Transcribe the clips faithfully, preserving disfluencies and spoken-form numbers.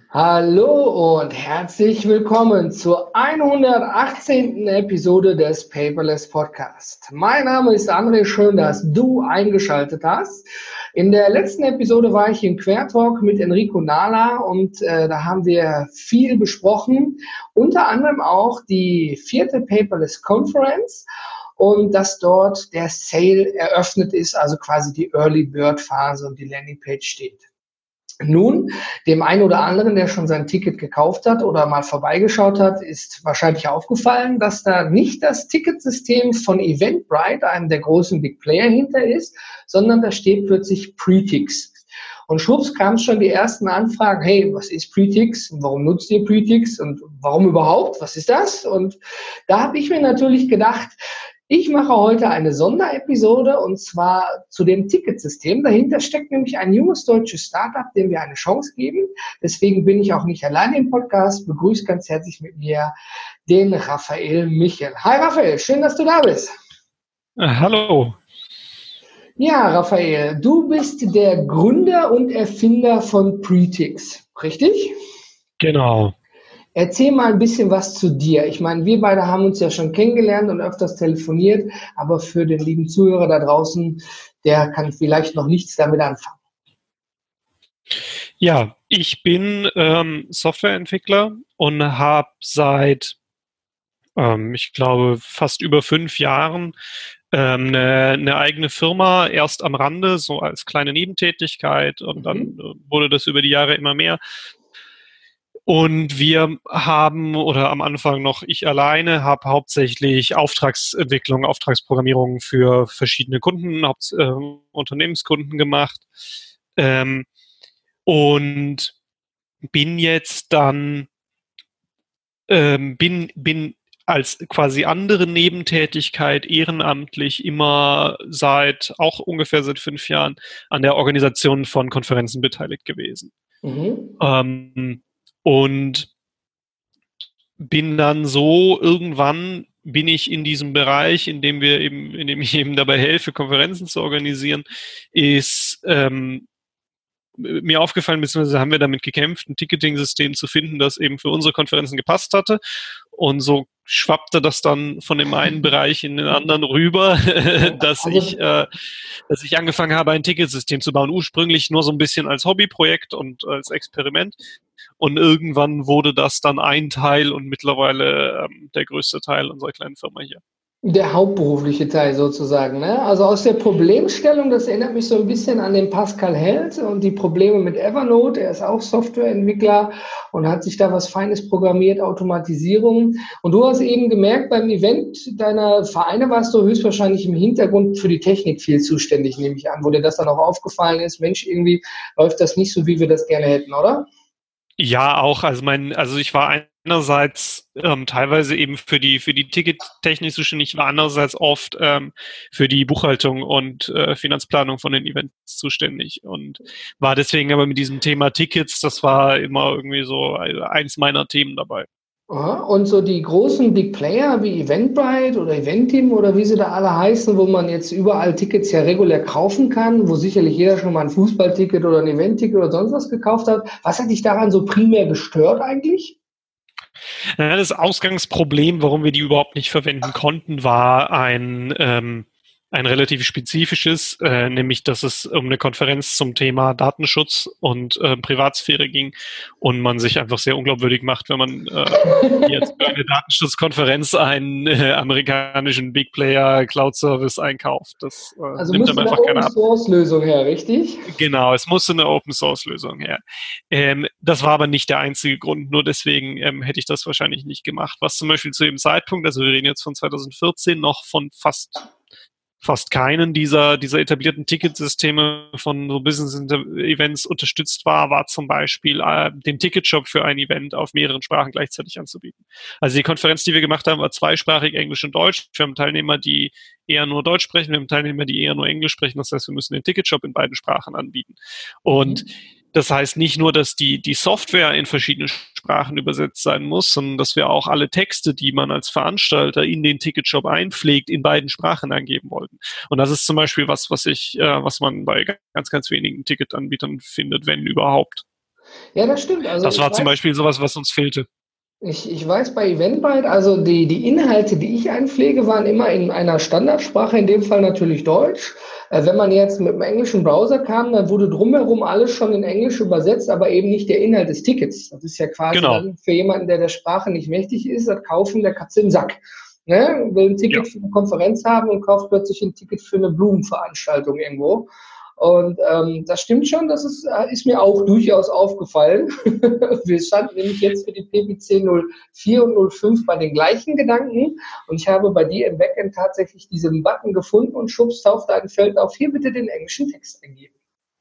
Hallo und herzlich willkommen zur hundertachtzehnten Episode des Paperless Podcast. Mein Name ist André, schön, dass du eingeschaltet hast. In der letzten Episode war ich im Quertalk mit Enrico Nala und äh, da haben wir viel besprochen, unter anderem auch die vierte Paperless Conference und dass dort der Sale eröffnet ist, also quasi die Early Bird Phase und die Landingpage steht. Nun, dem einen oder anderen, der schon sein Ticket gekauft hat oder mal vorbeigeschaut hat, ist wahrscheinlich aufgefallen, dass da nicht das Ticketsystem von Eventbrite, einem der großen Big Player, hinter ist, sondern da steht plötzlich Pretix. Und schwupps kamen schon die ersten Anfragen, hey, was ist Pretix? Warum nutzt ihr Pretix? Und warum überhaupt? Was ist das? Und da habe ich mir natürlich gedacht, ich mache heute eine Sonderepisode und zwar zu dem Ticketsystem. Dahinter steckt nämlich ein junges deutsches Startup, dem wir eine Chance geben. Deswegen bin ich auch nicht alleine im Podcast. Begrüße ganz herzlich mit mir den Raphael Michel. Hi Raphael, schön, dass du da bist. Äh, hallo. Ja, Raphael, du bist der Gründer und Erfinder von Pretix, richtig? Genau. Erzähl mal ein bisschen was zu dir. Ich meine, wir beide haben uns ja schon kennengelernt und öfters telefoniert, aber für den lieben Zuhörer da draußen, der kann vielleicht noch nichts damit anfangen. Ja, ich bin ähm, Softwareentwickler und habe seit, ähm, ich glaube, fast über fünf Jahren ähm, eine, eine eigene Firma, erst am Rande, so als kleine Nebentätigkeit und dann äh, wurde das über die Jahre immer mehr. Und wir haben, oder am Anfang noch ich alleine, habe hauptsächlich Auftragsentwicklung, Auftragsprogrammierung für verschiedene Kunden, Haupt, äh, Unternehmenskunden gemacht. Ähm, und bin jetzt dann, ähm, bin, bin als quasi andere Nebentätigkeit ehrenamtlich immer seit, auch ungefähr seit fünf Jahren, an der Organisation von Konferenzen beteiligt gewesen. Mhm. Ähm, und bin dann so irgendwann bin ich in diesem Bereich, in dem wir eben, in dem ich eben dabei helfe, Konferenzen zu organisieren, ist ähm, mir aufgefallen, beziehungsweise haben wir damit gekämpft, ein Ticketing-System zu finden, das eben für unsere Konferenzen gepasst hatte. Und so schwappte das dann von dem einen Bereich in den anderen rüber, dass Also, ich, äh, dass ich angefangen habe, ein Ticketsystem zu bauen. Ursprünglich nur so ein bisschen als Hobbyprojekt und als Experiment. Und irgendwann wurde das dann ein Teil und mittlerweile ähm, der größte Teil unserer kleinen Firma hier. der hauptberufliche Teil sozusagen, ne? Also aus der Problemstellung, das erinnert mich so ein bisschen an den Pascal Held und die Probleme mit Evernote. Er ist auch Softwareentwickler und hat sich da was Feines programmiert, Automatisierung. Und du hast eben gemerkt, beim Event deiner Vereine warst du höchstwahrscheinlich im Hintergrund für die Technik viel zuständig, nehme ich an, wo dir das dann auch aufgefallen ist. Mensch, irgendwie läuft das nicht so, wie wir das gerne hätten, oder? Ja, auch. Also mein, also ich war einerseits ähm, teilweise eben für die für die Tickettechnik zuständig, war andererseits oft ähm, für die Buchhaltung und äh, Finanzplanung von den Events zuständig und war deswegen aber mit diesem Thema Tickets, das war immer irgendwie so eins meiner Themen dabei. Aha. Und so die großen Big Player wie Eventbrite oder Eventim oder wie sie da alle heißen, wo man jetzt überall Tickets ja regulär kaufen kann, wo sicherlich jeder schon mal ein Fußballticket oder ein Eventticket oder sonst was gekauft hat. Was hat dich daran so primär gestört eigentlich? Ja, das Ausgangsproblem, warum wir die überhaupt nicht verwenden konnten, war ein ähm, ein relativ spezifisches, äh, nämlich dass es um eine Konferenz zum Thema Datenschutz und äh, Privatsphäre ging und man sich einfach sehr unglaubwürdig macht, wenn man äh, jetzt für eine Datenschutzkonferenz einen äh, amerikanischen Big Player Cloud Service einkauft. Das äh, Also nimmt musste einem eine einfach Open keiner ab. Source Lösung her, richtig? Genau, es musste eine Open Source Lösung her. Ähm, das war aber nicht der einzige Grund, nur deswegen ähm, hätte ich das wahrscheinlich nicht gemacht. Was zum Beispiel zu dem Zeitpunkt, also wir reden jetzt von zwanzig vierzehn, noch von fast fast keinen dieser, dieser etablierten Ticketsysteme von so Business-Events unterstützt war, war zum Beispiel äh, den Ticketshop für ein Event auf mehreren Sprachen gleichzeitig anzubieten. Also die Konferenz, die wir gemacht haben, war zweisprachig, Englisch und Deutsch. Wir haben Teilnehmer, die eher nur Deutsch sprechen, wir haben Teilnehmer, die eher nur Englisch sprechen. Das heißt, wir müssen den Ticketshop in beiden Sprachen anbieten. Und Mhm. das heißt nicht nur, dass die, die Software in verschiedene Sprachen übersetzt sein muss, sondern dass wir auch alle Texte, die man als Veranstalter in den Ticketshop einpflegt, in beiden Sprachen angeben wollten. Und das ist zum Beispiel was, was ich, äh, was man bei ganz, ganz wenigen Ticketanbietern findet, wenn überhaupt. Ja, das stimmt. Also Das ich war zum weiß, Beispiel sowas, was uns fehlte. Ich, ich weiß bei Eventbrite, also die, die Inhalte, die ich einpflege, waren immer in einer Standardsprache, in dem Fall natürlich Deutsch. Äh, wenn man jetzt mit einem englischen Browser kam, dann wurde drumherum alles schon in Englisch übersetzt, aber eben nicht der Inhalt des Tickets. Das ist ja quasi Genau. dann für jemanden, der der Sprache nicht mächtig ist, das Kaufen der Katze im Sack. Ne? Will ein Ticket Ja. für eine Konferenz haben und kauft plötzlich ein Ticket für eine Blumenveranstaltung irgendwo. Und ähm, das stimmt schon, das ist, äh, ist mir auch durchaus aufgefallen. Wir standen nämlich jetzt für die P P C null vier und null fünf bei den gleichen Gedanken. Und ich habe bei dir im Backend tatsächlich diesen Button gefunden und schubst tauchte ein Feld auf, hier bitte den englischen Text eingeben.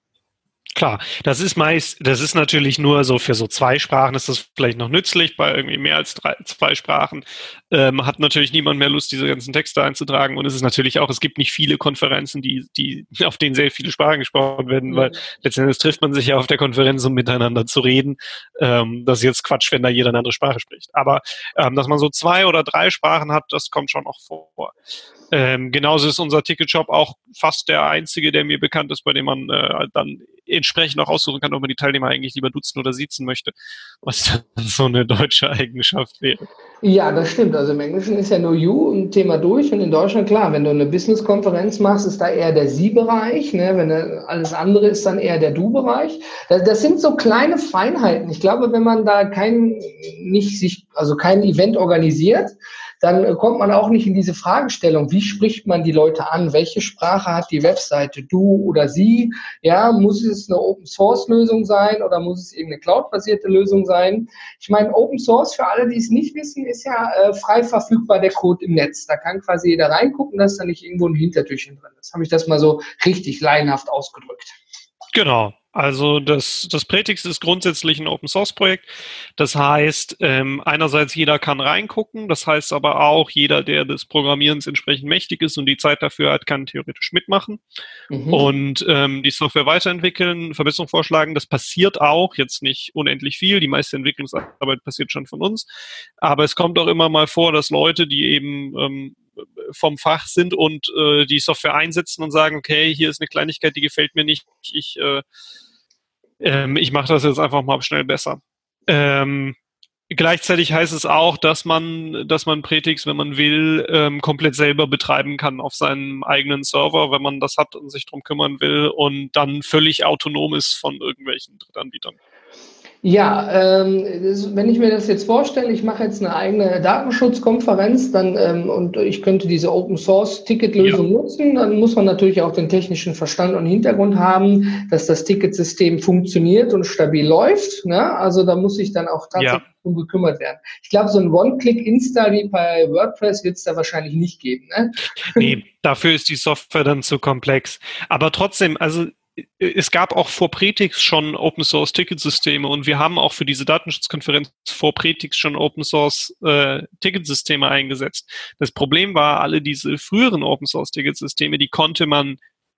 Klar, das ist meist, das ist natürlich nur so für so zwei Sprachen ist das vielleicht noch nützlich, bei irgendwie mehr als drei, zwei Sprachen ähm, hat natürlich niemand mehr Lust, diese ganzen Texte einzutragen und es ist natürlich auch, es gibt nicht viele Konferenzen, die, die, auf denen sehr viele Sprachen gesprochen werden, weil letztendlich trifft man sich ja auf der Konferenz, um miteinander zu reden. Ähm, das ist jetzt Quatsch, wenn da jeder eine andere Sprache spricht. Aber ähm, dass man so zwei oder drei Sprachen hat, das kommt schon noch vor. Ähm, genauso ist unser Ticketshop auch fast der einzige, der mir bekannt ist, bei dem man äh, dann entsprechend auch aussuchen kann, ob man die Teilnehmer eigentlich lieber duzen oder siezen möchte, was dann so eine deutsche Eigenschaft wäre. Ja, das stimmt. Also im Englischen ist ja nur You ein Thema durch und in Deutschland, klar, wenn du eine Business-Konferenz machst, ist da eher der Sie-Bereich, ne? Wenn alles andere ist dann eher der Du-Bereich. Das, das sind so kleine Feinheiten. Ich glaube, wenn man da kein, nicht sich, also kein Event organisiert, dann kommt man auch nicht in diese Fragestellung, wie spricht man die Leute an? Welche Sprache hat die Webseite? Du oder sie? Ja, muss es eine Open-Source-Lösung sein oder muss es irgendeine Cloud-basierte Lösung sein? Ich meine, Open Source, für alle, die es nicht wissen, ist ja äh, frei verfügbar der Code im Netz. Da kann quasi jeder reingucken, dass da nicht irgendwo ein Hintertürchen drin ist. Habe ich das mal so richtig laienhaft ausgedrückt. Genau. Also das, das Pretix ist grundsätzlich ein Open-Source-Projekt. Das heißt, ähm, einerseits jeder kann reingucken, das heißt aber auch, jeder, der des Programmierens entsprechend mächtig ist und die Zeit dafür hat, kann theoretisch mitmachen mhm. und ähm, die Software weiterentwickeln, Verbesserungen vorschlagen. Das passiert auch, jetzt nicht unendlich viel, die meiste Entwicklungsarbeit passiert schon von uns, aber es kommt auch immer mal vor, dass Leute, die eben ähm, vom Fach sind und äh, die Software einsetzen und sagen, okay, hier ist eine Kleinigkeit, die gefällt mir nicht, ich, äh, ähm, ich mache das jetzt einfach mal schnell besser. Ähm, gleichzeitig heißt es auch, dass man, dass man Pretix, wenn man will, ähm, komplett selber betreiben kann auf seinem eigenen Server, wenn man das hat und sich drum kümmern will und dann völlig autonom ist von irgendwelchen Drittanbietern. Ja, ähm, das, wenn ich mir das jetzt vorstelle, ich mache jetzt eine eigene Datenschutzkonferenz, dann ähm, und ich könnte diese Open Source Ticketlösung ja. nutzen, dann muss man natürlich auch den technischen Verstand und Hintergrund haben, dass das Ticketsystem funktioniert und stabil läuft. Ne? Also da muss ich dann auch tatsächlich ja. um gekümmert werden. Ich glaube, so ein One-Click-Install wie bei WordPress wird es da wahrscheinlich nicht geben. Ne? Nee, dafür ist die Software dann zu komplex. Aber trotzdem, also es gab auch vor Pretix schon Open-Source-Ticketsysteme und wir haben auch für diese Datenschutzkonferenz vor Pretix schon Open-Source-Ticketsysteme eingesetzt. Das Problem war, alle diese früheren Open-Source-Ticketsysteme, die konnte man,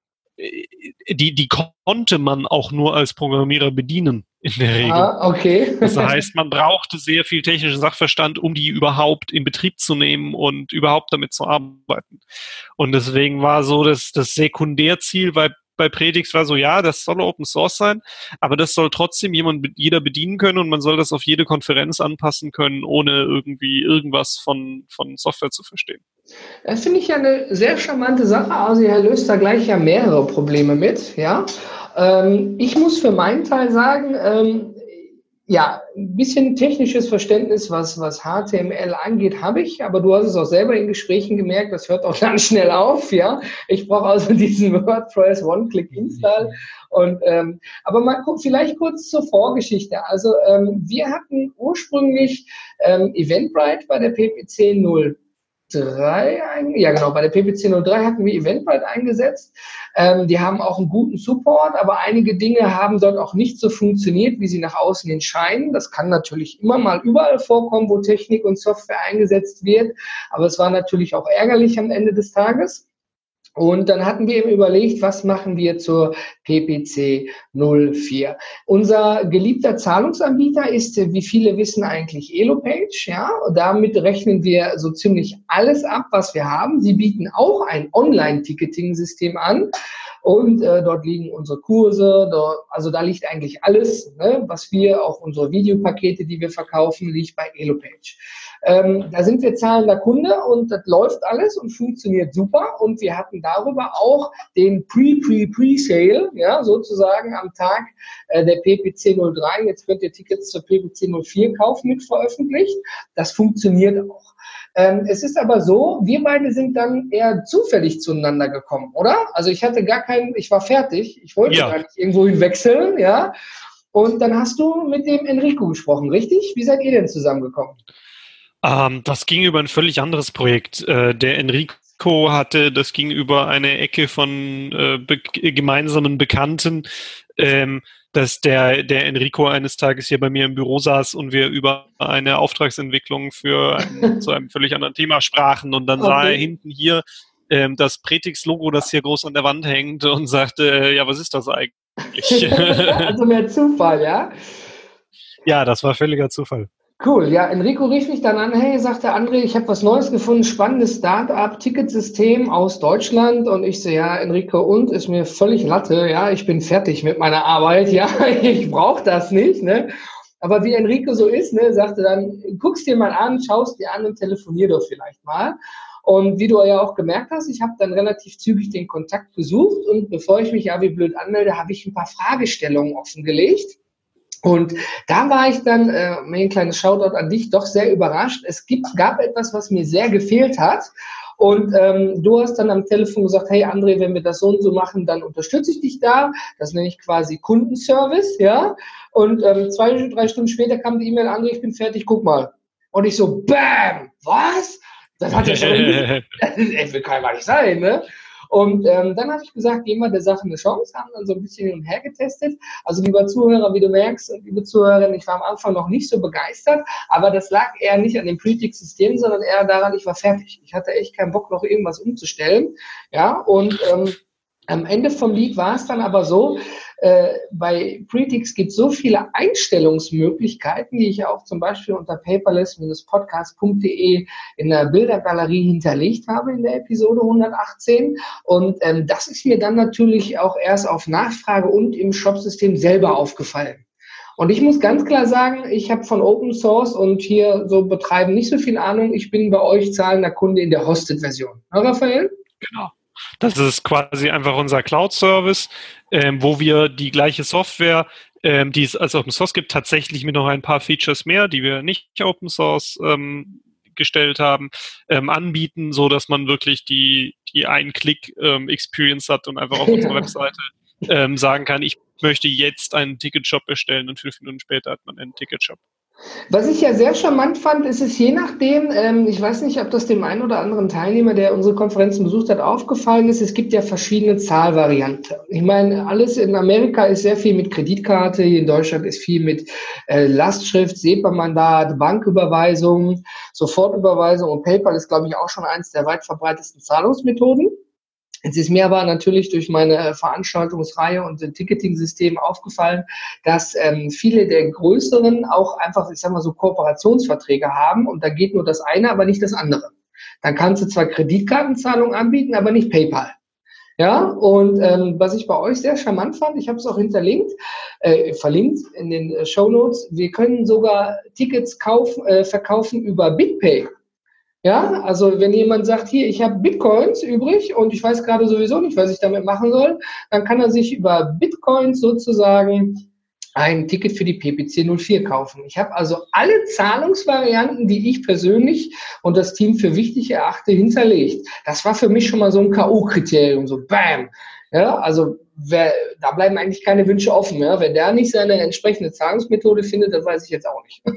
die, die konnte man auch nur als Programmierer bedienen in der Regel. Ah, okay. Das heißt, man brauchte sehr viel technischen Sachverstand, um die überhaupt in Betrieb zu nehmen und überhaupt damit zu arbeiten. Und deswegen war so das, das Sekundärziel, weil bei Pretix war so, ja, das soll Open Source sein, aber das soll trotzdem jemand, jeder bedienen können und man soll das auf jede Konferenz anpassen können, ohne irgendwie irgendwas von, von Software zu verstehen. Das finde ich ja eine sehr charmante Sache. Also ihr löst da gleich ja mehrere Probleme mit, ja. Ähm, ich muss für meinen Teil sagen, ähm, ja, ein bisschen technisches Verständnis, was, was H T M L angeht, habe ich, aber du hast es auch selber in Gesprächen gemerkt, das hört auch ganz schnell auf, ja. Ich brauche also diesen WordPress One-Click-Install. Und, ähm, aber mal vielleicht kurz zur Vorgeschichte. Also ähm, wir hatten ursprünglich ähm, Eventbrite bei der P P C null drei, ja genau, bei der P P C null drei hatten wir Eventbrite eingesetzt. Ähm, die haben auch einen guten Support, aber einige Dinge haben dort auch nicht so funktioniert, wie sie nach außen hin scheinen. Das kann natürlich immer mal überall vorkommen, wo Technik und Software eingesetzt wird, aber es war natürlich auch ärgerlich am Ende des Tages. Und dann hatten wir eben überlegt, was machen wir zur P P C null vier. Unser geliebter Zahlungsanbieter ist, wie viele wissen, eigentlich Elopage. Ja, und damit rechnen wir so ziemlich alles ab, was wir haben. Sie bieten auch ein Online-Ticketing-System an. Und äh, dort liegen unsere Kurse, dort, also da liegt eigentlich alles, ne, was wir, auch unsere Videopakete, die wir verkaufen, liegt bei Elopage. Ähm, da sind wir zahlender Kunde und das läuft alles und funktioniert super. Und wir hatten darüber auch den Pre-Pre-Pre-Sale, ja, sozusagen am Tag äh, der P P C null drei. Jetzt könnt ihr Tickets zur P P C null vier kaufen, mit veröffentlicht. Das funktioniert auch. Ähm, es ist aber so, wir beide sind dann eher zufällig zueinander gekommen, oder? Also ich hatte gar keinen, ich war fertig, ich wollte Ja. gar nicht irgendwohin wechseln, ja. Und dann hast du mit dem Enrico gesprochen, richtig? Wie seid ihr denn zusammengekommen? Ähm, das ging über ein völlig anderes Projekt. Äh, der Enrico hatte, das ging über eine Ecke von äh, be gemeinsamen Bekannten, ähm, dass der, der Enrico eines Tages hier bei mir im Büro saß und wir über eine Auftragsentwicklung für ein, zu einem völlig anderen Thema sprachen und dann sah er Okay. hinten hier ähm, das Pretix-Logo, das hier groß an der Wand hängt und sagte, äh, ja, was ist das eigentlich? Also mehr Zufall, ja? Ja, das war völliger Zufall. Cool, ja, Enrico rief mich dann an, hey, sagt der André, ich habe was Neues gefunden, spannendes Start-up-Ticketsystem aus Deutschland. Und ich so, ja, Enrico, und ist mir völlig Latte, ja, ich bin fertig mit meiner Arbeit, ja, ich brauche das nicht, ne? Aber wie Enrico so ist, ne, sagte dann, guck's dir mal an, schaust dir an und telefonier doch vielleicht mal. Und wie du ja auch gemerkt hast, ich habe dann relativ zügig den Kontakt gesucht und bevor ich mich ja wie blöd anmelde, habe ich ein paar Fragestellungen offengelegt. Und da war ich dann, äh, ein kleines Shoutout an dich, doch sehr überrascht. Es gibt, gab etwas, was mir sehr gefehlt hat. Und ähm, du hast dann am Telefon gesagt, hey André, wenn wir das so und so machen, dann unterstütze ich dich da. Das nenne ich quasi Kundenservice, ja. Und ähm, zwei, drei Stunden später kam die E-Mail, André, ich bin fertig, guck mal. Und ich so, bam, was? Das hat ja schon ein das will kann gar nicht sein, ne? Und ähm, dann habe ich gesagt, geben wir der Sache eine Chance, haben dann so ein bisschen hin und her getestet. Also lieber Zuhörer, wie du merkst, liebe Zuhörerin, ich war am Anfang noch nicht so begeistert, aber das lag eher nicht an dem Pretix-System, sondern eher daran, ich war fertig. Ich hatte echt keinen Bock, noch irgendwas umzustellen. Ja, und ähm, am Ende vom Lied war es dann aber so, äh, bei Pretix gibt es so viele Einstellungsmöglichkeiten, die ich auch zum Beispiel unter paperless Podcast punkt de in der Bildergalerie hinterlegt habe in der Episode hundertachtzehn. Und ähm, das ist mir dann natürlich auch erst auf Nachfrage und im Shopsystem selber aufgefallen. Und ich muss ganz klar sagen, ich habe von Open Source und hier so betreiben nicht so viel Ahnung. Ich bin bei euch zahlender Kunde in der Hosted-Version. Ja, Raphael? Genau. Das ist quasi einfach unser Cloud-Service, ähm, wo wir die gleiche Software, ähm, die es als Open Source gibt, tatsächlich mit noch ein paar Features mehr, die wir nicht Open Source ähm, gestellt haben, ähm, anbieten, so dass man wirklich die, die Ein-Klick-Experience ähm, hat und einfach auf ja. unserer Webseite ähm, sagen kann, ich möchte jetzt einen Ticketshop erstellen und fünf Minuten später hat man einen Ticketshop. Was ich ja sehr charmant fand, ist es je nachdem, ähm, ich weiß nicht, ob das dem einen oder anderen Teilnehmer, der unsere Konferenzen besucht hat, aufgefallen ist, es gibt ja verschiedene Zahlvarianten. Ich meine, alles in Amerika ist sehr viel mit Kreditkarte, hier in Deutschland ist viel mit äh, Lastschrift, SEPA-Mandat, Banküberweisung, Sofortüberweisung und PayPal ist, glaube ich, auch schon eins der weit verbreitetsten Zahlungsmethoden. Jetzt ist mir aber natürlich durch meine Veranstaltungsreihe und den Ticketing-System aufgefallen, dass ähm, viele der größeren auch einfach, ich sag mal so, Kooperationsverträge haben und da geht nur das eine, aber nicht das andere. Dann kannst du zwar Kreditkartenzahlungen anbieten, aber nicht PayPal. Ja, und ähm, was ich bei euch sehr charmant fand, ich habe es auch hinterlinkt, äh, verlinkt in den Shownotes, wir können sogar Tickets kaufen, äh, verkaufen über BitPay. Ja, also wenn jemand sagt, hier, ich habe Bitcoins übrig und ich weiß gerade sowieso nicht, was ich damit machen soll, dann kann er sich über Bitcoins sozusagen ein Ticket für die P P C null vier kaufen. Ich habe also alle Zahlungsvarianten, die ich persönlich und das Team für wichtig erachte, hinterlegt. Das war für mich schon mal so ein K O-Kriterium, so bam. Ja, also wer, da bleiben eigentlich keine Wünsche offen. Ja? Wenn der nicht seine entsprechende Zahlungsmethode findet, das weiß ich jetzt auch nicht.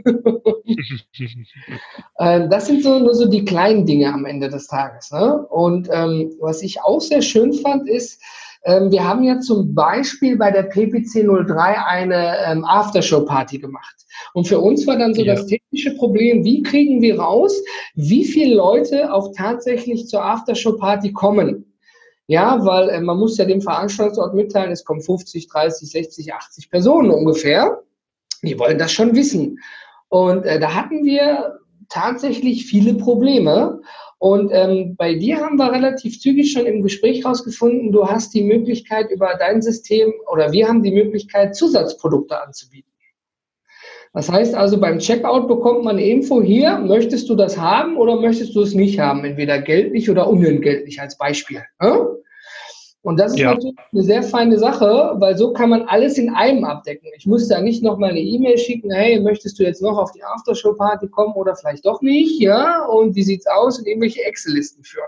äh, das sind so nur so die kleinen Dinge am Ende des Tages. Ne? Und ähm, was ich auch sehr schön fand, ist, ähm, wir haben ja zum Beispiel bei der P P C null drei eine ähm, Aftershow-Party gemacht. Und für uns war dann so ja. das technische Problem, wie kriegen wir raus, wie viele Leute auch tatsächlich zur Aftershow-Party kommen. Ja, weil äh, man muss ja dem Veranstaltungsort mitteilen, es kommen fünfzig, dreißig, sechzig, achtzig Personen ungefähr. Die wollen das schon wissen. Und äh, da hatten wir tatsächlich viele Probleme. Und ähm, bei dir haben wir relativ zügig schon im Gespräch rausgefunden, du hast die Möglichkeit über dein System oder wir haben die Möglichkeit, Zusatzprodukte anzubieten. Das heißt also, beim Checkout bekommt man eine Info hier, möchtest du das haben oder möchtest du es nicht haben? Entweder geltlich oder unentgeltlich als Beispiel. Ne? Und das ist ja. natürlich eine sehr feine Sache, weil so kann man alles in einem abdecken. Ich muss da nicht nochmal eine E-Mail schicken, hey, möchtest du jetzt noch auf die Aftershow-Party kommen oder vielleicht doch nicht, ja? Und wie sieht's aus? Und irgendwelche Excel-Listen führen.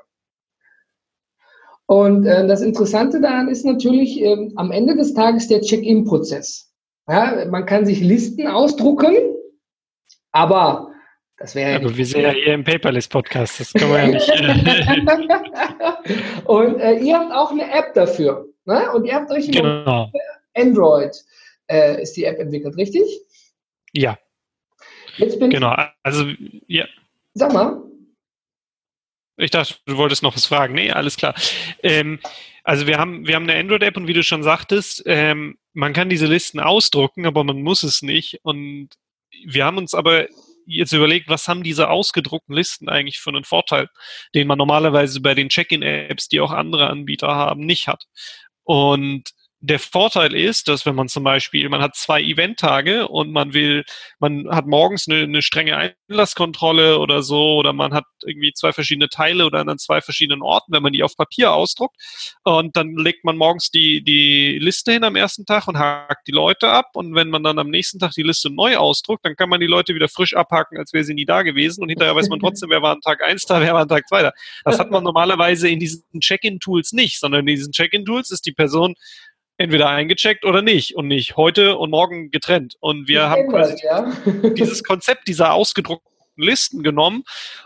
Und äh, das Interessante daran ist natürlich ähm, am Ende des Tages der Check-in-Prozess. Ja, man kann sich Listen ausdrucken, aber das wäre ja aber nicht. Wir sind ja hier im Paperless-Podcast, das können wir ja nicht. Und äh, ihr habt auch eine App dafür. Ne? Und ihr habt euch genau. Android äh, ist die App entwickelt, richtig? Ja. Jetzt bin genau, also ja. Sag mal. Ich dachte, du wolltest noch was fragen. Nee, alles klar. Ähm, also wir haben, wir haben eine Android-App und wie du schon sagtest, ähm, man kann diese Listen ausdrucken, aber man muss es nicht. Und wir haben uns aber jetzt überlegt, was haben diese ausgedruckten Listen eigentlich für einen Vorteil, den man normalerweise bei den Check-in-Apps, die auch andere Anbieter haben, nicht hat. Und der Vorteil ist, dass wenn man zum Beispiel, man hat zwei Eventtage und man will, man hat morgens eine, eine strenge Einlasskontrolle oder so, oder man hat irgendwie zwei verschiedene Teile oder an zwei verschiedenen Orten, wenn man die auf Papier ausdruckt, und dann legt man morgens die, die Liste hin am ersten Tag und hakt die Leute ab, und wenn man dann am nächsten Tag die Liste neu ausdruckt, dann kann man die Leute wieder frisch abhaken, als wäre sie nie da gewesen, und hinterher weiß man trotzdem, wer war an Tag eins da, wer war an Tag zwei da. Das hat man normalerweise in diesen Check-in-Tools nicht, sondern in diesen Check-in-Tools ist die Person entweder eingecheckt oder nicht und nicht heute und morgen getrennt. Und wir ich haben quasi das, ja. dieses Konzept dieser ausgedruckten Listen genommen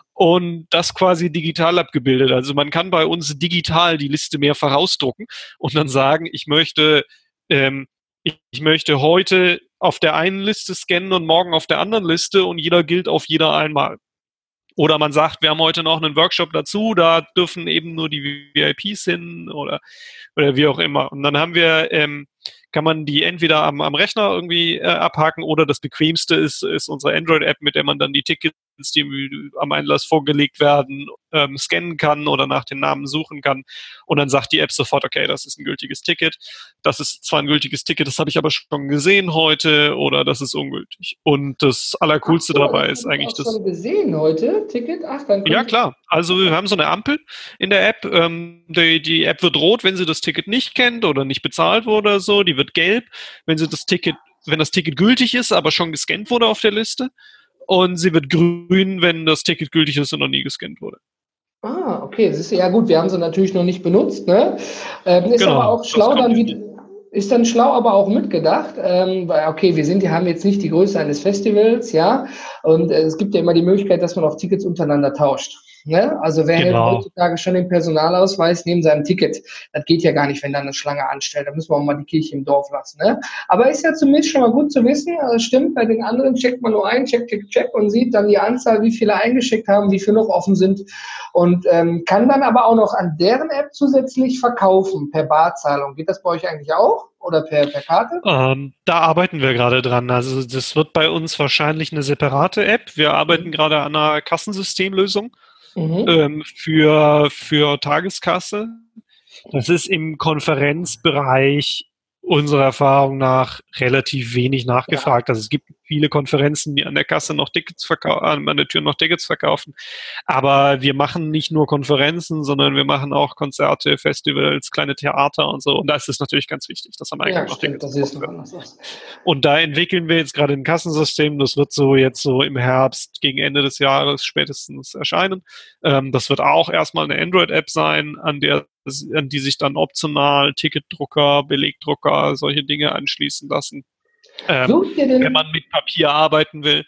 und das quasi digital abgebildet. Also man kann bei uns digital die Liste mehrfach ausdrucken und dann sagen, ich möchte, ähm, ich, ich möchte heute auf der einen Liste scannen und morgen auf der anderen Liste, und jeder gilt auf jeder einmal. Oder man sagt, wir haben heute noch einen Workshop dazu, da dürfen eben nur die V I Ps hin oder, oder wie auch immer. Und dann haben wir, ähm, kann man die entweder am, am Rechner irgendwie äh, abhaken, oder das bequemste ist, ist unsere Android-App, mit der man dann die Tickets, die am Einlass vorgelegt werden, ähm, scannen kann oder nach den Namen suchen kann. Und dann sagt die App sofort, okay, das ist ein gültiges Ticket. Das ist zwar ein gültiges Ticket, das habe ich aber schon gesehen heute, oder das ist ungültig. Und das Allercoolste Ach, dabei ist eigentlich das. Schon gesehen heute, Ticket? Ach, dann ja, klar. Also wir haben so eine Ampel in der App. Ähm, die, die App wird rot, wenn sie das Ticket nicht kennt oder nicht bezahlt wurde oder so. Die wird gelb, wenn sie das Ticket, wenn das Ticket gültig ist, aber schon gescannt wurde auf der Liste. Und sie wird grün, wenn das Ticket gültig ist und noch nie gescannt wurde. Ah, okay. Das ist ja gut. Wir haben sie natürlich noch nicht benutzt, ne? Ähm, ist genau, aber auch schlau dann wie, ist dann schlau, aber auch mitgedacht, ähm, weil okay, wir sind, die haben jetzt nicht die Größe eines Festivals, ja, und äh, es gibt ja immer die Möglichkeit, dass man auch Tickets untereinander tauscht. Ne? Also wer genau. hält heutzutage schon den Personalausweis neben seinem Ticket? Das geht ja gar nicht, wenn da eine Schlange anstellt. Da müssen wir auch mal die Kirche im Dorf lassen. Ne? Aber ist ja zumindest schon mal gut zu wissen. Also stimmt, bei den anderen checkt man nur ein, check, check, check und sieht dann die Anzahl, wie viele eingeschickt haben, wie viele noch offen sind, und ähm, kann dann aber auch noch an deren App zusätzlich verkaufen per Barzahlung. Geht das bei euch eigentlich auch? Oder per, per Karte? Ähm, da arbeiten wir gerade dran. Also das wird bei uns wahrscheinlich eine separate App. Wir arbeiten mhm. gerade an einer Kassensystemlösung. Mhm. Ähm, für, für Tageskasse. Das ist im Konferenzbereich unserer Erfahrung nach relativ wenig nachgefragt. Ja. Also es gibt viele Konferenzen, die an der Kasse noch Tickets verkaufen, an der Tür noch Tickets verkaufen. Aber wir machen nicht nur Konferenzen, sondern wir machen auch Konzerte, Festivals, kleine Theater und so. Und da ist es natürlich ganz wichtig, dass am Eingang ja, noch stimmt, Tickets das ist noch anders. Und da entwickeln wir jetzt gerade ein Kassensystem. Das wird so jetzt so im Herbst gegen Ende des Jahres spätestens erscheinen. Ähm, das wird auch erstmal eine Android-App sein, an der an die sich dann optional Ticketdrucker, Belegdrucker, solche Dinge anschließen lassen. Ähm, wenn man mit Papier arbeiten will.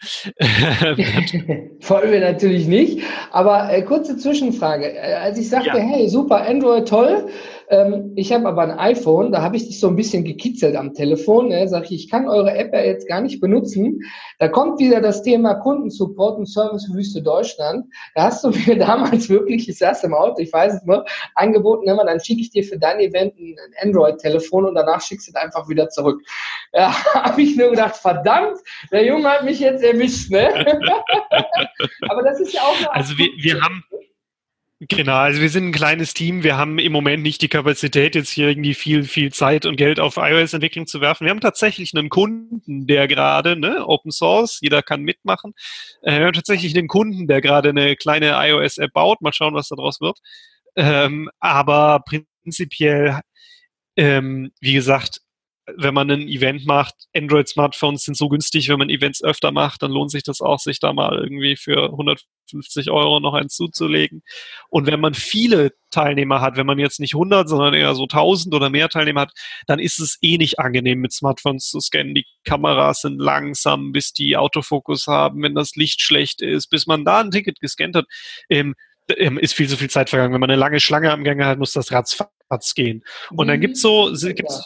Wollen wir natürlich nicht. Aber äh, kurze Zwischenfrage. Äh, als ich sagte, ja. hey, super, Android, toll, ähm, ich habe aber ein iPhone, da habe ich dich so ein bisschen gekitzelt am Telefon. Ne? Sag ich, ich kann eure App ja jetzt gar nicht benutzen. Da kommt wieder das Thema Kundensupport und Servicewüste Deutschland. Da hast du mir damals wirklich, ich saß im Auto, ich weiß es noch, angeboten, immer, dann schicke ich dir für dein Event ein Android-Telefon und danach schickst du es einfach wieder zurück. Ja, habe ich nur gedacht, verdammt, der Junge hat mich jetzt erwischt. Ne? Aber das ist ja auch eine Art. Also wir, wir haben Genau, also wir sind ein kleines Team. Wir haben im Moment nicht die Kapazität, jetzt hier irgendwie viel, viel Zeit und Geld auf iOS-Entwicklung zu werfen. Wir haben tatsächlich einen Kunden, der gerade, ne, Open Source, jeder kann mitmachen. Äh, wir haben tatsächlich einen Kunden, der gerade eine kleine iOS-App baut. Mal schauen, was daraus wird. Ähm, aber prinzipiell, ähm, wie gesagt, wenn man ein Event macht, Android-Smartphones sind so günstig, wenn man Events öfter macht, dann lohnt sich das auch, sich da mal irgendwie für hundertfünfzig Euro noch eins zuzulegen. Und wenn man viele Teilnehmer hat, wenn man jetzt nicht hundert, sondern eher so tausend oder mehr Teilnehmer hat, dann ist es eh nicht angenehm, mit Smartphones zu scannen. Die Kameras sind langsam, bis die Autofokus haben, wenn das Licht schlecht ist, bis man da ein Ticket gescannt hat. Ähm, ist viel zu viel Zeit vergangen. Wenn man eine lange Schlange am Gange hat, muss das ratzfatz gehen. Und dann gibt's so, gibt's,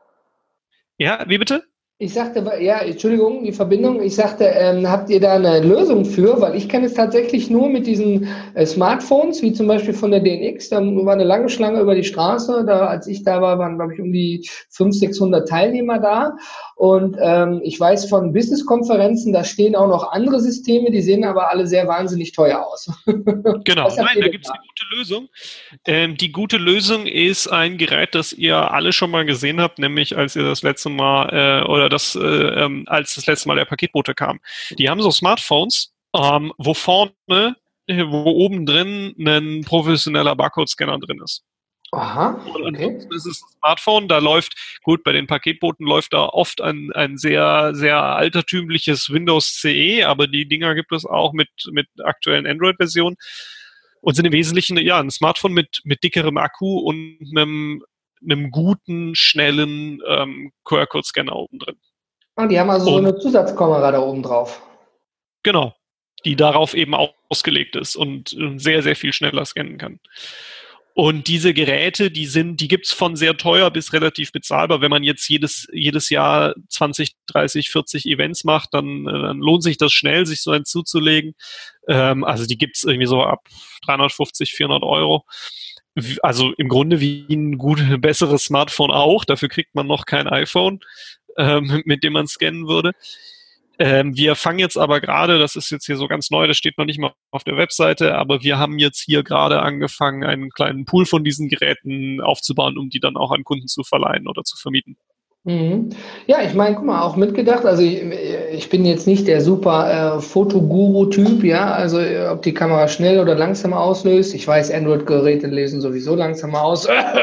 ja, wie bitte? Ich sagte, ja, Entschuldigung, die Verbindung. Ich sagte, ähm, habt ihr da eine Lösung für? Weil ich kenne es tatsächlich nur mit diesen äh, Smartphones, wie zum Beispiel von der D N X. Da war eine lange Schlange über die Straße. Da, als ich da war, waren, glaube ich, um die fünfhundert, sechshundert Teilnehmer da. Und ähm, ich weiß von Business-Konferenzen, da stehen auch noch andere Systeme, die sehen aber alle sehr wahnsinnig teuer aus. Genau, nein, da gibt es eine gute Lösung. Ähm, die gute Lösung ist ein Gerät, das ihr alle schon mal gesehen habt, nämlich als ihr das letzte Mal äh, oder das, äh, ähm, als das letzte Mal der Paketbote kam. Die haben so Smartphones, ähm, wo vorne, äh, wo oben drin ein professioneller Barcode-Scanner drin ist. Aha, okay. Und ansonsten ist es ein Smartphone, da läuft, gut, bei den Paketboten läuft da oft ein, ein sehr, sehr altertümliches Windows C E, aber die Dinger gibt es auch mit, mit aktuellen Android-Versionen und sind im Wesentlichen, ja, ein Smartphone mit, mit dickerem Akku und einem, einem guten, schnellen ähm, Q R-Code-Scanner oben drin. Ah, die haben also und, so eine Zusatzkamera da oben drauf. Genau, die darauf eben ausgelegt ist und sehr, sehr viel schneller scannen kann. Und diese Geräte, die sind, die gibt's von sehr teuer bis relativ bezahlbar. Wenn man jetzt jedes, jedes Jahr zwanzig, dreißig, vierzig Events macht, dann, dann lohnt sich das schnell, sich so eins zuzulegen. Ähm, also die gibt's irgendwie so ab dreihundertfünfzig, vierhundert Euro. Also im Grunde wie ein gut, besseres Smartphone auch. Dafür kriegt man noch kein iPhone, ähm, mit dem man scannen würde. Ähm, wir fangen jetzt aber gerade, das ist jetzt hier so ganz neu, das steht noch nicht mal auf der Webseite, aber wir haben jetzt hier gerade angefangen, einen kleinen Pool von diesen Geräten aufzubauen, um die dann auch an Kunden zu verleihen oder zu vermieten. Mhm. Ja, ich meine, guck mal, auch mitgedacht, also ich, ich bin jetzt nicht der super äh, Fotoguru-Typ, ja, also äh, ob die Kamera schnell oder langsam auslöst. Ich weiß, Android-Geräte lesen sowieso langsamer aus.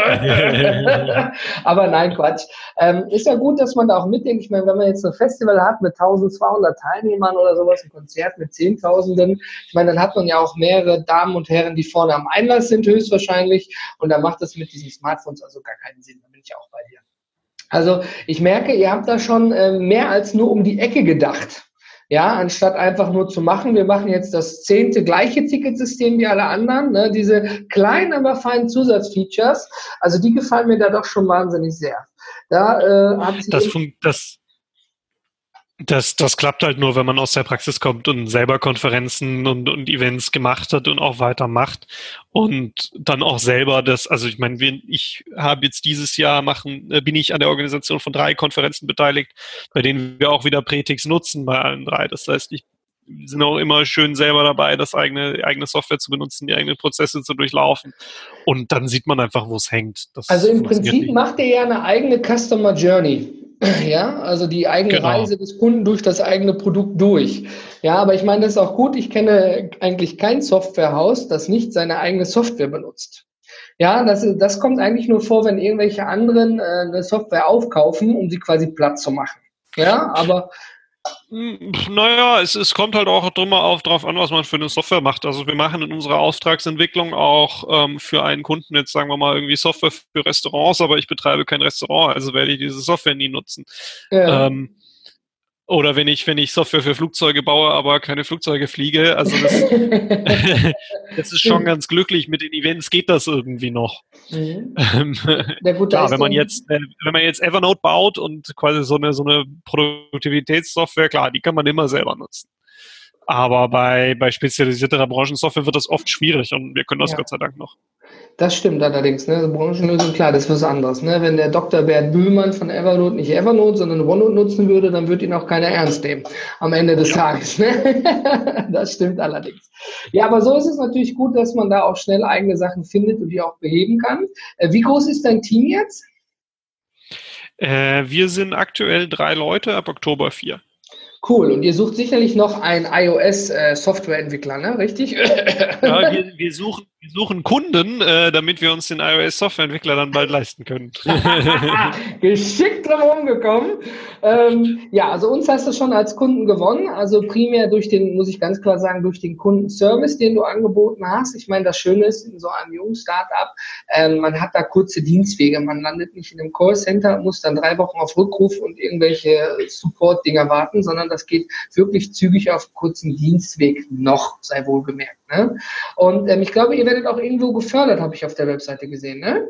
Aber nein, Quatsch. Ähm, ist ja gut, dass man da auch mitdenkt. Ich meine, wenn man jetzt ein Festival hat mit zwölfhundert Teilnehmern oder sowas, ein Konzert mit Zehntausenden, ich meine, dann hat man ja auch mehrere Damen und Herren, die vorne am Einlass sind höchstwahrscheinlich und da macht das mit diesen Smartphones also gar keinen Sinn. Da bin ich auch bei dir. Also ich merke, ihr habt da schon äh, mehr als nur um die Ecke gedacht. Ja, anstatt einfach nur zu machen, wir machen jetzt das zehnte gleiche Ticketsystem wie alle anderen, ne? Diese kleinen, aber feinen Zusatzfeatures, also die gefallen mir da doch schon wahnsinnig sehr. Da äh, hat sich das, fun- das, das, das klappt halt nur, wenn man aus der Praxis kommt und selber Konferenzen und, und Events gemacht hat und auch weitermacht und dann auch selber das, also ich meine, ich habe jetzt dieses Jahr machen, bin ich an der Organisation von drei Konferenzen beteiligt, bei denen wir auch wieder Pretix nutzen bei allen drei. Das heißt, ich sind auch immer schön selber dabei, das eigene, eigene Software zu benutzen, die eigenen Prozesse zu durchlaufen und dann sieht man einfach, wo es hängt. Das also im Prinzip nicht. macht ihr ja eine eigene Customer Journey. Ja, also die eigene Genau. Reise des Kunden durch das eigene Produkt durch. Ja, aber ich meine, das ist auch gut. Ich kenne eigentlich kein Softwarehaus, das nicht seine eigene Software benutzt. Ja, das, das kommt eigentlich nur vor, wenn irgendwelche anderen äh, eine Software aufkaufen, um sie quasi platt zu machen. Ja, aber Naja, es, es kommt halt auch immer auf, drauf an, was man für eine Software macht. Also wir machen in unserer Auftragsentwicklung auch ähm, für einen Kunden jetzt, sagen wir mal, irgendwie Software für Restaurants, aber ich betreibe kein Restaurant, also werde ich diese Software nie nutzen. ja. Ähm, Oder wenn ich, wenn ich Software für Flugzeuge baue, aber keine Flugzeuge fliege. Also das, das ist schon ganz glücklich. Mit den Events geht das irgendwie noch. Mhm. Ähm, Ja gut, da klar, ist wenn man so, jetzt, äh, wenn man jetzt Evernote baut und quasi so eine, so eine Produktivitätssoftware, klar, die kann man immer selber nutzen. Aber bei, bei spezialisierterer Branchensoftware wird das oft schwierig und wir können das ja. Gott sei Dank noch. Das stimmt allerdings, ne? Branchenlösung, klar, das ist was anderes, ne? Wenn der Doktor Bert Bühlmann von Evernote nicht Evernote, sondern OneNote nutzen würde, dann würde ihn auch keiner ernst nehmen am Ende des Ja. Tages, ne? Das stimmt allerdings. Ja, aber so ist es natürlich gut, dass man da auch schnell eigene Sachen findet und die auch beheben kann. Äh, Wie groß ist dein Team jetzt? Äh, wir sind aktuell drei Leute, ab Oktober vier. Cool. Und ihr sucht sicherlich noch einen iOS-Softwareentwickler, ne? Richtig? Ja, wir, wir, suchen, wir suchen Kunden, äh, damit wir uns den iOS-Softwareentwickler dann bald leisten können. Geschickt drum gekommen. Ähm, ja, also uns hast du schon als Kunden gewonnen. Also primär durch den, muss ich ganz klar sagen, durch den Kundenservice, den du angeboten hast. Ich meine, das Schöne ist in so einem jungen Startup, ähm, man hat da kurze Dienstwege. Man landet nicht in einem Callcenter, muss dann drei Wochen auf Rückruf und irgendwelche Support-Dinger warten, sondern das geht wirklich zügig auf kurzen Dienstweg noch, sei wohl gemerkt. Ne? Und ähm, ich glaube, ihr werdet auch irgendwo gefördert, habe ich auf der Webseite gesehen, ne?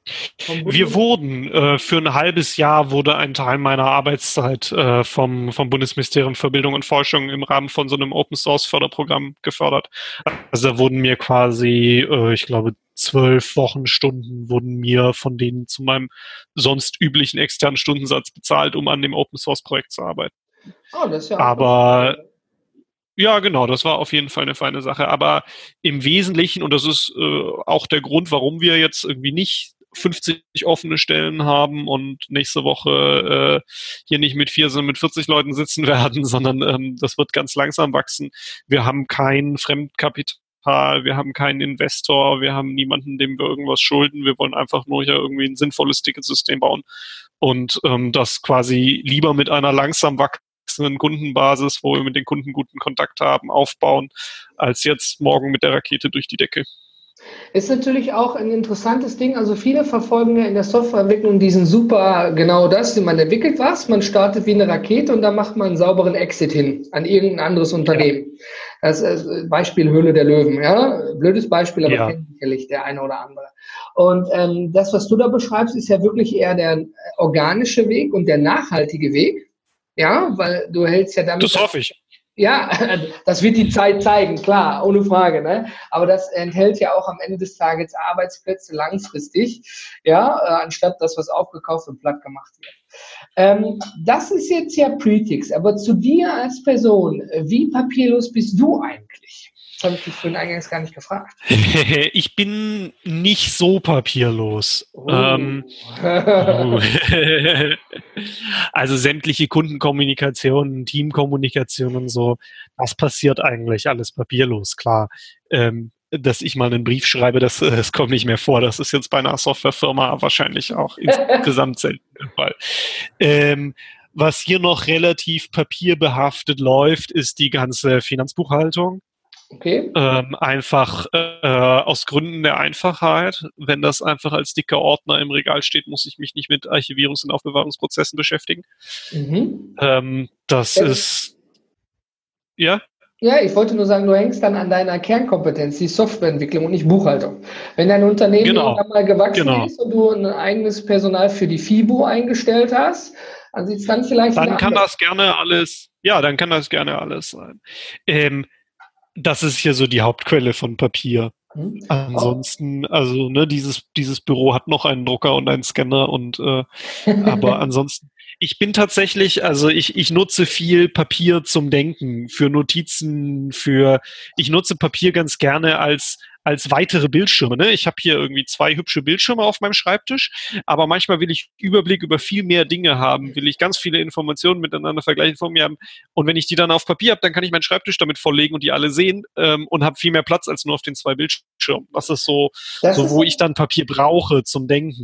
Wir wurden, äh, für ein halbes Jahr wurde ein Teil meiner Arbeitszeit äh, vom, vom Bundesministerium für Bildung und Forschung im Rahmen von so einem Open-Source-Förderprogramm gefördert. Also da wurden mir quasi, äh, ich glaube, zwölf Wochenstunden wurden mir von denen zu meinem sonst üblichen externen Stundensatz bezahlt, um an dem Open-Source-Projekt zu arbeiten. Oh, das ist ja Aber ja, genau, das war auf jeden Fall eine feine Sache. Aber im Wesentlichen, und das ist äh, auch der Grund, warum wir jetzt irgendwie nicht fünfzig offene Stellen haben und nächste Woche äh, hier nicht mit vier, sondern mit vierzig Leuten sitzen werden, sondern ähm, das wird ganz langsam wachsen. Wir haben kein Fremdkapital, wir haben keinen Investor, wir haben niemanden, dem wir irgendwas schulden. Wir wollen einfach nur hier irgendwie ein sinnvolles Ticketsystem bauen und ähm, das quasi lieber mit einer langsam wachsenden Kundenbasis, wo wir mit den Kunden guten Kontakt haben, aufbauen, als jetzt morgen mit der Rakete durch die Decke. Ist natürlich auch ein interessantes Ding. Also viele verfolgen ja in der Softwareentwicklung diesen super, genau das, man entwickelt was, man startet wie eine Rakete und dann macht man einen sauberen Exit hin an irgendein anderes Unternehmen. Ja. Das ist Beispiel Höhle der Löwen, ja. Blödes Beispiel, aber ja. Kennt sicherlich der eine oder andere. Und ähm, das, was du da beschreibst, ist ja wirklich eher der organische Weg und der nachhaltige Weg. Ja, weil du hältst ja damit. Das hoffe ich. Ja, das wird die Zeit zeigen, klar, ohne Frage. Ne? Aber das enthält ja auch am Ende des Tages Arbeitsplätze langfristig, ja, äh, anstatt das, was aufgekauft und platt gemacht wird. Ähm, das ist jetzt ja Pretix, aber zu dir als Person, wie papierlos bist du eigentlich? Das habe ich dich vorhin eingangs gar nicht gefragt. Ich bin nicht so papierlos. Oh. Ähm, uh. Also sämtliche Kundenkommunikation, Teamkommunikation und so, das passiert eigentlich alles papierlos, klar. Ähm, dass ich mal einen Brief schreibe, das, das kommt nicht mehr vor. Das ist jetzt bei einer Softwarefirma wahrscheinlich auch insgesamt selten der Fall. Ähm, was hier noch relativ papierbehaftet läuft, ist die ganze Finanzbuchhaltung. Okay. Ähm, einfach äh, aus Gründen der Einfachheit. Wenn das einfach als dicker Ordner im Regal steht, muss ich mich nicht mit Archivierungs- und Aufbewahrungsprozessen beschäftigen. Mhm. Ähm, das ja. ist, ja? Ja, ich wollte nur sagen, du hängst dann an deiner Kernkompetenz, die Softwareentwicklung und nicht Buchhaltung. Wenn dein Unternehmen genau. irgendwann mal gewachsen genau. ist und du ein eigenes Personal für die FIBO eingestellt hast, dann sieht es dann vielleicht Dann kann anders. das gerne alles, ja, dann kann das gerne alles sein. Ähm, Das ist hier so die Hauptquelle von Papier. Hm. Ansonsten, also ne, dieses dieses Büro hat noch einen Drucker und einen Scanner und äh, aber ansonsten, ich bin tatsächlich, also ich ich nutze viel Papier zum Denken, für Notizen, für ich nutze Papier ganz gerne als als weitere Bildschirme. Ne? Ich habe hier irgendwie zwei hübsche Bildschirme auf meinem Schreibtisch, aber manchmal will ich Überblick über viel mehr Dinge haben, will ich ganz viele Informationen miteinander vergleichen vor mir haben. Und wenn ich die dann auf Papier habe, dann kann ich meinen Schreibtisch damit volllegen und die alle sehen ähm, und habe viel mehr Platz als nur auf den zwei Bildschirmen. Das ist so, das so ist wo ich dann Papier brauche zum Denken.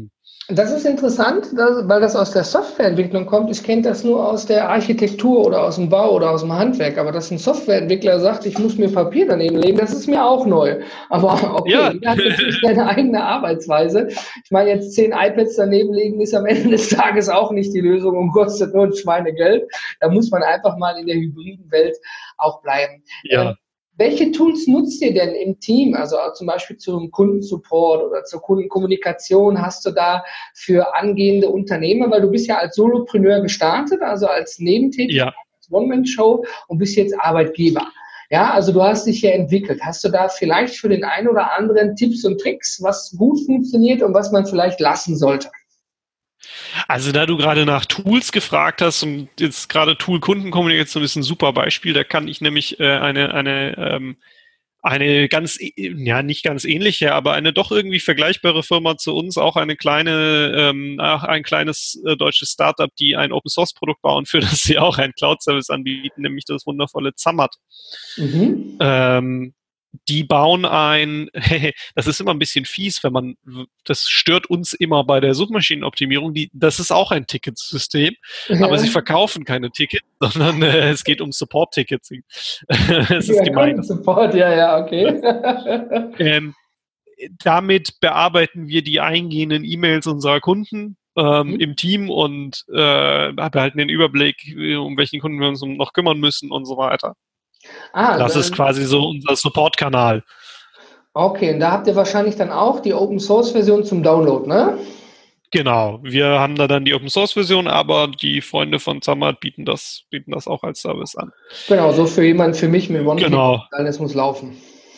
Das ist interessant, dass, weil das aus der Softwareentwicklung kommt. Ich kenne das nur aus der Architektur oder aus dem Bau oder aus dem Handwerk. Aber dass ein Softwareentwickler sagt, ich muss mir Papier daneben legen, das ist mir auch neu. Aber okay, Ja, jeder hat natürlich seine eigene Arbeitsweise. Ich meine, jetzt zehn iPads daneben legen ist am Ende des Tages auch nicht die Lösung und kostet nur ein Schweinegeld. Da muss man einfach mal in der hybriden Welt auch bleiben. Ähm, ja. Welche Tools nutzt ihr denn im Team? Also zum Beispiel zum Kundensupport oder zur Kundenkommunikation hast du da für angehende Unternehmer, weil du bist ja als Solopreneur gestartet, also als Nebentätigkeit, Ja. als One-Man-Show und bist jetzt Arbeitgeber. Ja, also du hast dich ja entwickelt. Hast du da vielleicht für den einen oder anderen Tipps und Tricks, was gut funktioniert und was man vielleicht lassen sollte? Also da du gerade nach Tools gefragt hast und jetzt gerade Tool Kundenkommunikation ist ein super Beispiel, da kann ich nämlich äh, eine eine ähm, eine ganz, ja nicht ganz ähnliche, aber eine doch irgendwie vergleichbare Firma zu uns, auch eine kleine, ähm, auch ein kleines äh, deutsches Startup, die ein Open Source Produkt bauen, für das sie auch einen Cloud Service anbieten, nämlich das wundervolle Zammert. Mhm. Ähm, Die bauen ein, das ist immer ein bisschen fies, wenn man, das stört uns immer bei der Suchmaschinenoptimierung, die, das ist auch ein Ticketsystem, aber sie Ja, verkaufen keine Tickets, sondern äh, es geht um Support-Tickets. Es ist ja, gemein. Kundensupport, ja, ja, okay. Ähm, Damit bearbeiten wir die eingehenden E-Mails unserer Kunden ähm, Mhm. im Team und äh, behalten den Überblick, um welchen Kunden wir uns noch kümmern müssen und so weiter. Ah, Das ist dann, quasi so unser Support-Kanal. okay, und da habt ihr wahrscheinlich dann auch die Open Source Version zum Download, ne? Genau, wir haben da dann die Open Source Version, aber die Freunde von Zammert bieten das, bieten das auch als Service an. Genau, so für jemanden, für mich mit One-Click, Genau. alles muss laufen.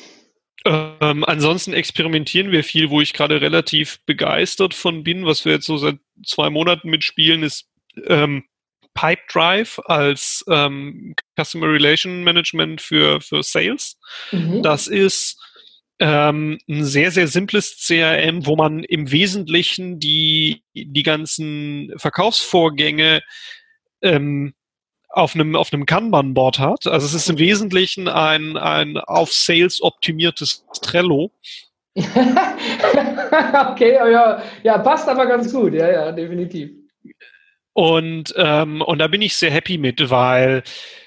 Ähm, ansonsten experimentieren wir viel, wo ich gerade relativ begeistert von bin. Was wir jetzt so seit zwei Monaten mitspielen, ist ähm, Pipedrive als ähm, Customer Relation Management für, für Sales. Das Mhm. ist ähm, ein sehr, sehr simples C R M, wo man im Wesentlichen die, die ganzen Verkaufsvorgänge ähm, auf einem, auf einem Kanban-Board hat. Also es ist im Wesentlichen ein, ein auf Sales optimiertes Trello. Okay, ja, ja, passt aber ganz gut, ja, ja, definitiv. Und, ähm, und da bin ich sehr happy mit, weil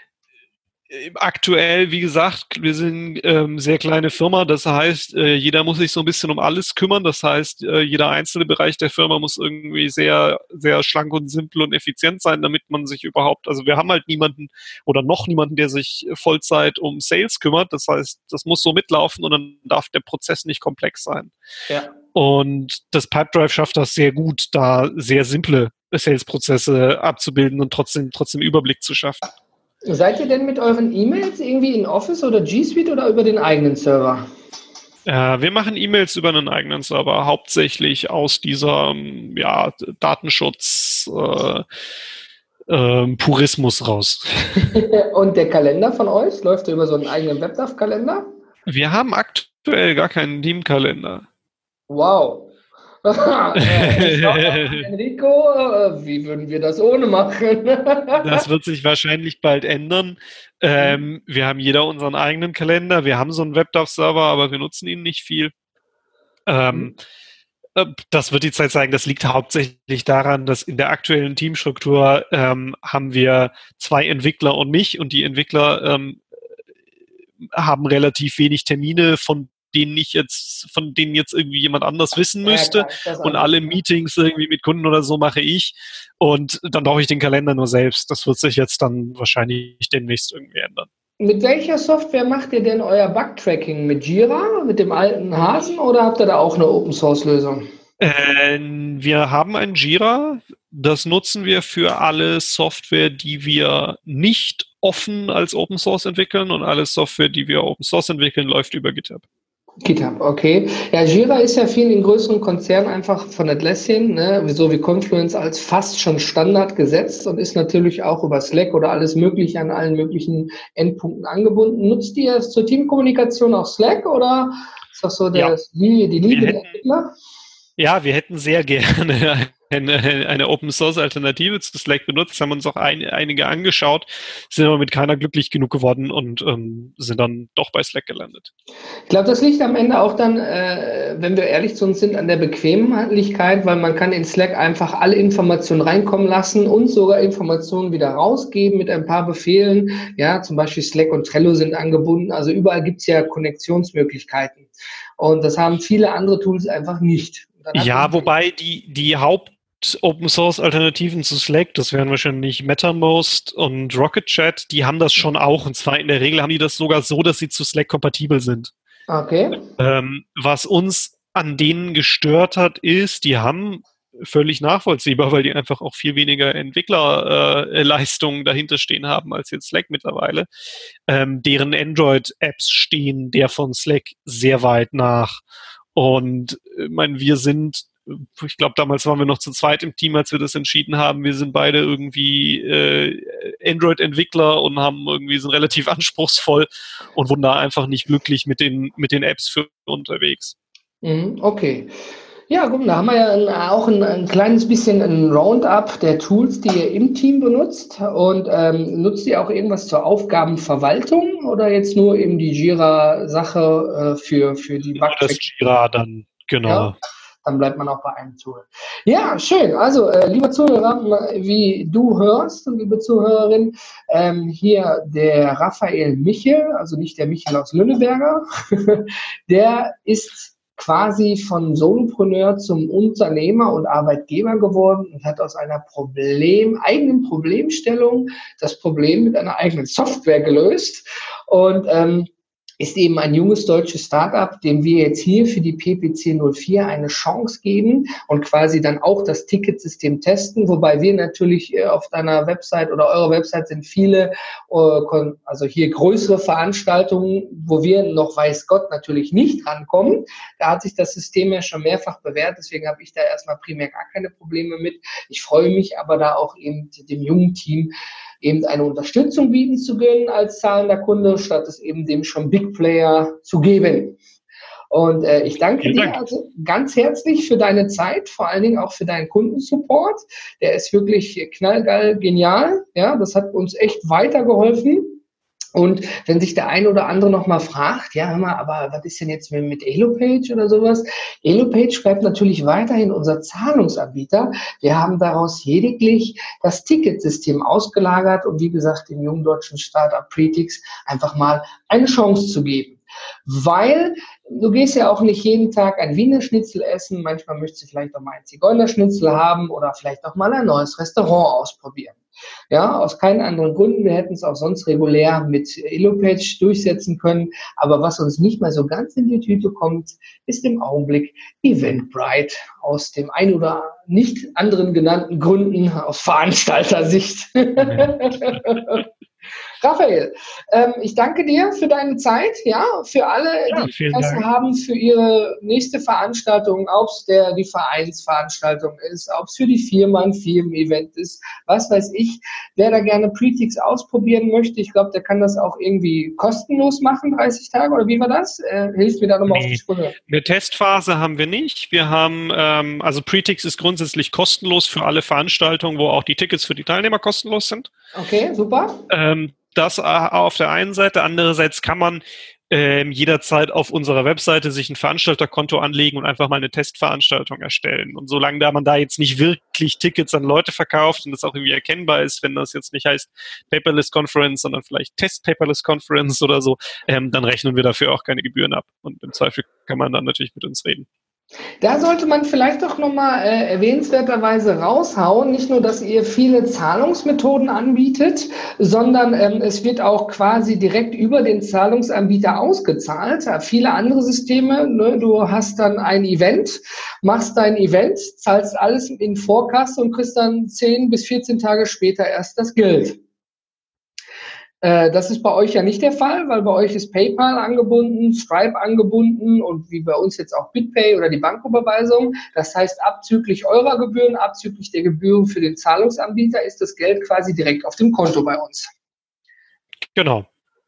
aktuell, wie gesagt, wir sind ähm, sehr kleine Firma, das heißt, äh, jeder muss sich so ein bisschen um alles kümmern. Das heißt, äh, jeder einzelne Bereich der Firma muss irgendwie sehr, sehr schlank und simpel und effizient sein, damit man sich überhaupt, also wir haben halt niemanden oder noch niemanden, der sich Vollzeit um Sales kümmert. Das heißt, das muss so mitlaufen und dann darf der Prozess nicht komplex sein. Ja. Und das Pipedrive schafft das sehr gut, da sehr simple Sales-Prozesse abzubilden und trotzdem, trotzdem Überblick zu schaffen. Seid ihr denn mit euren E-Mails irgendwie in Office oder G Suite oder über den eigenen Server? Äh, wir machen E-Mails über einen eigenen Server, hauptsächlich aus dieser ähm, ja, Datenschutz äh, äh, Purismus raus. Und der Kalender von euch, läuft der über so einen eigenen WebDAV-Kalender? Wir haben aktuell gar keinen Teamkalender. Wow. Äh, Shoutout an Enrico, äh, wie würden wir das ohne machen? Das wird sich wahrscheinlich bald ändern. Ähm, wir haben jeder unseren eigenen Kalender. Wir haben so einen WebDAV-Server, aber wir nutzen ihn nicht viel. Ähm, äh, Das wird die Zeit zeigen. Das liegt hauptsächlich daran, dass in der aktuellen Teamstruktur ähm, haben wir zwei Entwickler und mich und die Entwickler ähm, haben relativ wenig Termine, von denen ich jetzt, von denen jetzt irgendwie jemand anders wissen Ja, müsste. klar, ist das Und einfach. alle Meetings irgendwie mit Kunden oder so mache ich. Und dann brauche ich den Kalender nur selbst. Das wird sich jetzt dann wahrscheinlich demnächst irgendwie ändern. Mit welcher Software macht ihr denn euer Bug-Tracking? Mit Jira, mit dem alten Hasen oder habt ihr da auch eine Open-Source-Lösung? Äh, wir haben ein Jira. Das nutzen wir für alle Software, die wir nicht offen als Open Source entwickeln, und alle Software, die wir Open Source entwickeln, läuft über GitHub. GitHub, okay. Ja, Jira ist ja vielen in größeren Konzernen einfach von Atlassian, ne, so wie Confluence als fast schon Standard gesetzt und ist natürlich auch über Slack oder alles Mögliche an allen möglichen Endpunkten angebunden. Nutzt ihr es zur Teamkommunikation auch Slack oder ist das so Ja, der Linie, die wir Liebe der hätten Entwickler? Ja, wir hätten sehr gerne eine, eine Open-Source-Alternative zu Slack benutzt, haben uns auch ein, einige angeschaut, sind aber mit keiner glücklich genug geworden und ähm, sind dann doch bei Slack gelandet. Ich glaube, das liegt am Ende auch dann, äh, wenn wir ehrlich zu uns sind, an der Bequemlichkeit, weil man kann in Slack einfach alle Informationen reinkommen lassen und sogar Informationen wieder rausgeben mit ein paar Befehlen. Ja, zum Beispiel Slack und Trello sind angebunden. Also überall gibt es ja Konnektionsmöglichkeiten. Und das haben viele andere Tools einfach nicht. Ja, wobei die, die Haupt Open-Source-Alternativen zu Slack, das wären wahrscheinlich MetaMost und Rocket Chat, die haben das schon auch. Und zwar in der Regel haben die das sogar so, dass sie zu Slack kompatibel sind. Okay. Ähm, was uns an denen gestört hat, ist, die haben völlig nachvollziehbar, weil die einfach auch viel weniger Entwicklerleistungen äh, dahinter stehen haben als jetzt Slack mittlerweile. Ähm, deren Android-Apps stehen der von Slack sehr weit nach. Und ich meine, wir sind, ich glaube, damals waren wir noch zu zweit im Team, als wir das entschieden haben. Wir sind beide irgendwie äh, Android-Entwickler und haben irgendwie sind relativ anspruchsvoll und wurden da einfach nicht glücklich mit den mit den Apps für unterwegs. Okay. Ja, guck, da haben wir ja ein, auch ein, ein kleines bisschen ein Roundup der Tools, die ihr im Team benutzt. Und ähm, nutzt ihr auch irgendwas zur Aufgabenverwaltung oder jetzt nur eben die Jira-Sache äh, für, für die Bug? Das Jira dann, genau. Ja, dann bleibt man auch bei einem Tool. Ja, schön. Also, äh, lieber Zuhörer, wie du hörst, liebe Zuhörerin, ähm, hier der Raphael Michel, also nicht der Michel aus Lüneberger, der ist quasi von Solopreneur zum Unternehmer und Arbeitgeber geworden und hat aus einer Problem, eigenen Problemstellung das Problem mit einer eigenen Software gelöst und ähm, ist eben ein junges deutsches Startup, dem wir jetzt hier für die P P C null vier eine Chance geben und quasi dann auch das Ticketsystem testen, wobei wir natürlich auf deiner Website oder eurer Website sind viele, also hier größere Veranstaltungen, wo wir noch weiß Gott natürlich nicht rankommen. Da hat sich das System ja schon mehrfach bewährt, deswegen habe ich da erstmal primär gar keine Probleme mit. Ich freue mich aber da auch eben dem jungen Team eben eine Unterstützung bieten zu können als zahlender Kunde, statt es eben dem schon Big Player zu geben. Und äh, ich danke Vielen dir Dank. Also ganz herzlich für deine Zeit, vor allen Dingen auch für deinen Kundensupport. Der ist wirklich knallgeil, genial. Ja, das hat uns echt weitergeholfen. Und wenn sich der eine oder andere noch mal fragt, ja, hör mal, aber was ist denn jetzt mit, mit Elopage oder sowas? Elopage bleibt natürlich weiterhin unser Zahlungsanbieter. Wir haben daraus lediglich das Ticketsystem ausgelagert und wie gesagt, dem jungen deutschen Startup Pretix einfach mal eine Chance zu geben. Weil du gehst ja auch nicht jeden Tag ein Wiener Schnitzel essen, manchmal möchtest du vielleicht auch mal ein Zigeunerschnitzel haben oder vielleicht auch mal ein neues Restaurant ausprobieren. Ja, aus keinen anderen Gründen. Wir hätten es auch sonst regulär mit Elopage durchsetzen können. Aber was uns nicht mehr so ganz in die Tüte kommt, ist im Augenblick Eventbrite aus dem ein oder nicht anderen genannten Gründen aus Veranstaltersicht. Raphael, ähm, ich danke dir für deine Zeit, ja, für alle, ja, die Interesse haben für ihre nächste Veranstaltung, ob es der die Vereinsveranstaltung ist, ob es für die Firma ein Firmen-Event ist, was weiß ich. Wer da gerne Pretix ausprobieren möchte, ich glaube, der kann das auch irgendwie kostenlos machen, dreißig Tage, oder wie war das? Äh, hilft mir da nochmal nee, auf die Sprünge. Eine Testphase haben wir nicht. Wir haben, ähm, also Pretix ist grundsätzlich kostenlos für alle Veranstaltungen, wo auch die Tickets für die Teilnehmer kostenlos sind. Okay, super. Ähm, Das auf der einen Seite. Andererseits kann man ähm, jederzeit auf unserer Webseite sich ein Veranstalterkonto anlegen und einfach mal eine Testveranstaltung erstellen. Und solange da man da jetzt nicht wirklich Tickets an Leute verkauft und das auch irgendwie erkennbar ist, wenn das jetzt nicht heißt Paperless Conference, sondern vielleicht Test Paperless Conference oder so, ähm, dann rechnen wir dafür auch keine Gebühren ab. Und im Zweifel kann man dann natürlich mit uns reden. Da sollte man vielleicht doch nochmal äh, erwähnenswerterweise raushauen, nicht nur, dass ihr viele Zahlungsmethoden anbietet, sondern ähm, es wird auch quasi direkt über den Zahlungsanbieter ausgezahlt. Ja, viele andere Systeme, ne, du hast dann ein Event, machst dein Event, zahlst alles in Vorkasse und kriegst dann zehn bis vierzehn Tage später erst das Geld. Das ist bei euch ja nicht der Fall, weil bei euch ist PayPal angebunden, Stripe angebunden und wie bei uns jetzt auch BitPay oder die Banküberweisung. Das heißt, abzüglich eurer Gebühren, abzüglich der Gebühren für den Zahlungsanbieter ist das Geld quasi direkt auf dem Konto bei uns. Genau.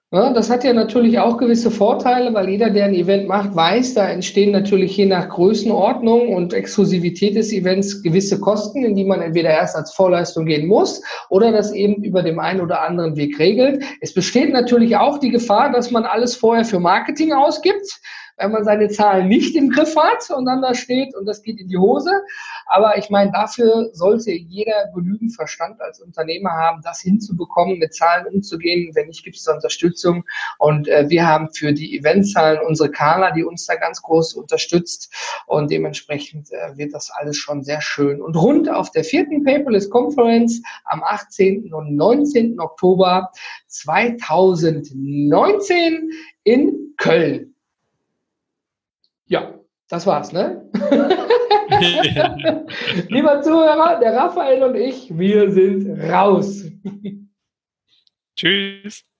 Ja, das hat ja natürlich auch gewisse Vorteile, weil jeder, der ein Event macht, weiß, da entstehen natürlich je nach Größenordnung und Exklusivität des Events gewisse Kosten, in die man entweder erst als Vorleistung gehen muss oder das eben über dem einen oder anderen Weg regelt. Es besteht natürlich auch die Gefahr, dass man alles vorher für Marketing ausgibt, wenn man seine Zahlen nicht im Griff hat und dann da steht und das geht in die Hose. Aber ich meine, dafür sollte jeder genügend Verstand als Unternehmer haben, das hinzubekommen, mit Zahlen umzugehen. Wenn nicht, gibt es da Unterstützung. Und äh, wir haben für die Eventzahlen unsere Carla, die uns da ganz groß unterstützt. Und dementsprechend äh, wird das alles schon sehr schön und rund auf der vierten Paperless Conference am achtzehnten und neunzehnten Oktober zweitausendneunzehn in Köln. Ja, das war's, ne? Lieber Zuhörer, der Raphael und ich, wir sind raus. Tschüss.